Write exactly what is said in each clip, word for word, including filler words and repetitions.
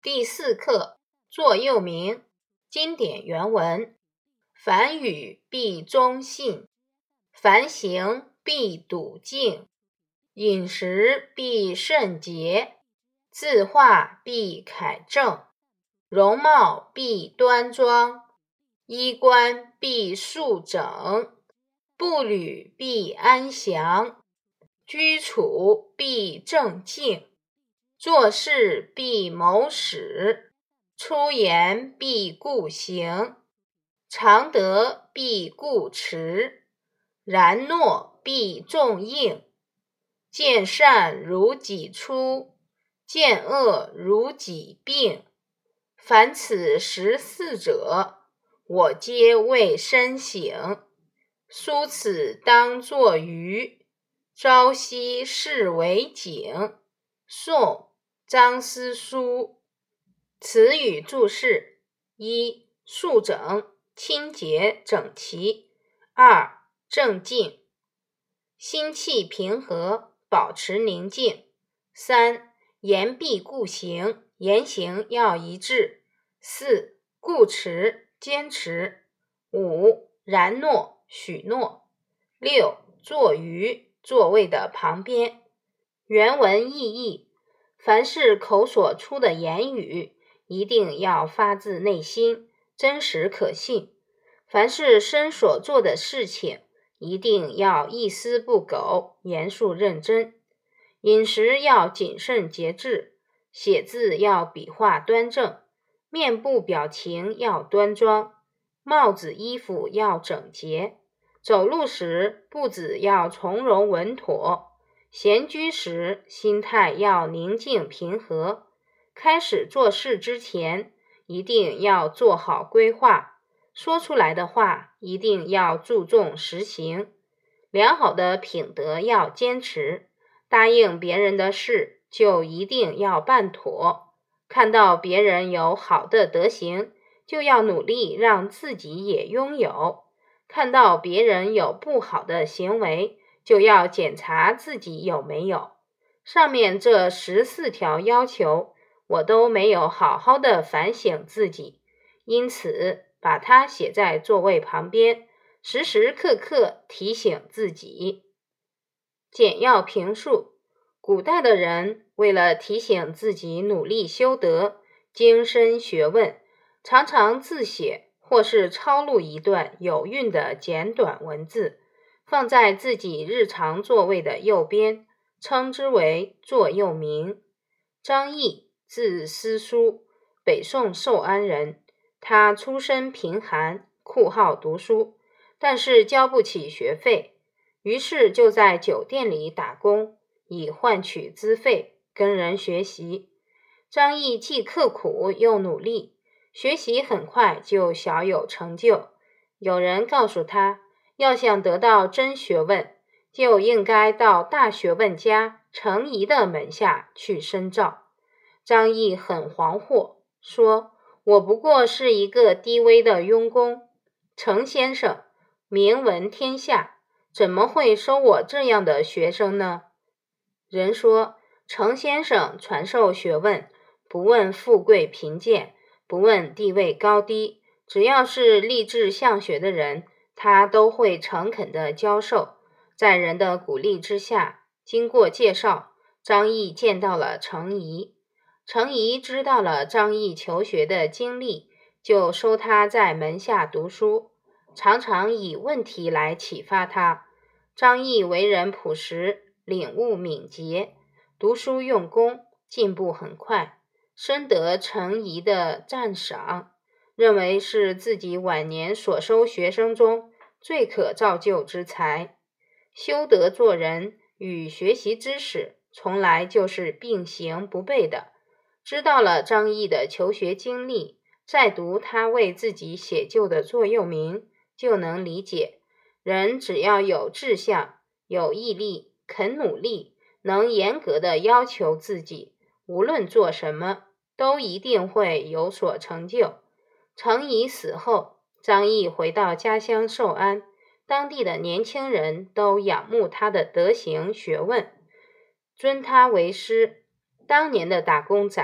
第四课座右铭。经典原文：凡语必忠信，凡行必笃敬，饮食必慎节，字画必楷正，容貌必端庄，衣冠必束整，步履必安详，居处必正静，做事必谋始，出言必顾行，常德必固持，然诺必重应，见善如己出，见恶如己病。凡此十四者，我皆未深省。苏此当作舆，朝夕视为警。宋张思书。词语注释：一、束整，清洁整齐；二、正静，心气平和，保持宁静；三、言必固行，言行要一致；四、固持，坚持；五、然诺，许诺；六、坐于，座位的旁边。原文意义：凡是口所出的言语，一定要发自内心，真实可信；凡是身所做的事情，一定要一丝不苟，严肃认真。饮食要谨慎节制，写字要笔画端正，面部表情要端庄，帽子衣服要整洁，走路时步子要从容稳妥，闲居时心态要宁静平和。开始做事之前，一定要做好规划，说出来的话一定要注重实行。良好的品德要坚持，答应别人的事就一定要办妥。看到别人有好的德行，就要努力让自己也拥有；看到别人有不好的行为，就要检查自己有没有。上面这十四条要求，我都没有好好的反省自己，因此把它写在座位旁边，时时刻刻提醒自己。简要评述：古代的人为了提醒自己努力修德、精深学问，常常自写或是抄录一段有韵的简短文字，放在自己日常座位的右边，称之为座右铭。张毅，字思书，北宋寿安人。他出身贫寒，酷好读书，但是交不起学费，于是就在酒店里打工，以换取资费，跟人学习。张毅既刻苦又努力，学习很快就小有成就。有人告诉他，要想得到真学问，就应该到大学问家程颐的门下去深造。张毅很惶惑，说：我不过是一个低微的庸工，程先生名闻天下，怎么会收我这样的学生呢？人说，程先生传授学问，不问富贵贫贱，不问地位高低，只要是立志向学的人，他都会诚恳地教授。在人的鼓励之下，经过介绍，张毅见到了程颐。程颐知道了张毅求学的经历，就收他在门下读书，常常以问题来启发他。张毅为人朴实，领悟敏捷，读书用功，进步很快，深得程颐的赞赏，认为是自己晚年所收学生中最可造就之才。修德做人与学习知识从来就是并行不悖的。知道了张毅的求学经历，再读他为自己写就的座右铭，就能理解，人只要有志向、有毅力、肯努力，能严格的要求自己，无论做什么，都一定会有所成就。程颐死后，张毅回到家乡寿安，当地的年轻人都仰慕他的德行学问，尊他为师。当年的打工仔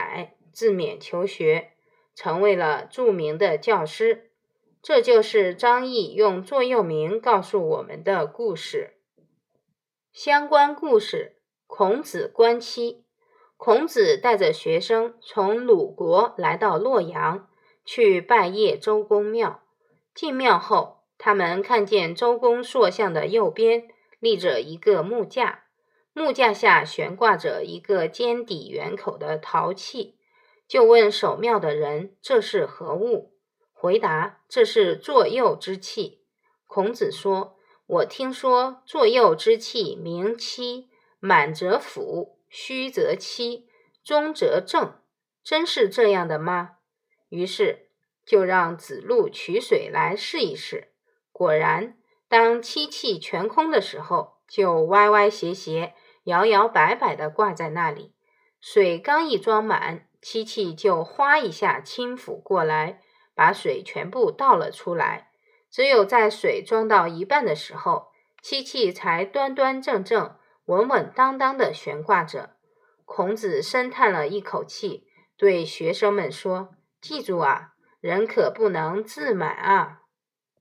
自勉求学，成为了著名的教师。这就是张毅用座右铭告诉我们的故事。相关故事：孔子观妻。孔子带着学生从鲁国来到洛阳，去拜谒周公庙。进庙后，他们看见周公塑像的右边立着一个木架，木架下悬挂着一个尖底圆口的陶器，就问守庙的人这是何物。回答这是座右之器。孔子说，我听说座右之器名妻，满则辅，虚则欺，中则正，真是这样的吗？于是就让子路取水来试一试。果然，当漆器全空的时候，就歪歪斜斜、摇摇摆摆地挂在那里。水刚一装满，漆器就哗一下倾覆过来，把水全部倒了出来。只有在水装到一半的时候，漆器才端端正正、稳稳当当地悬挂着。孔子深叹了一口气，对学生们说：“记住啊，人可不能自满啊。”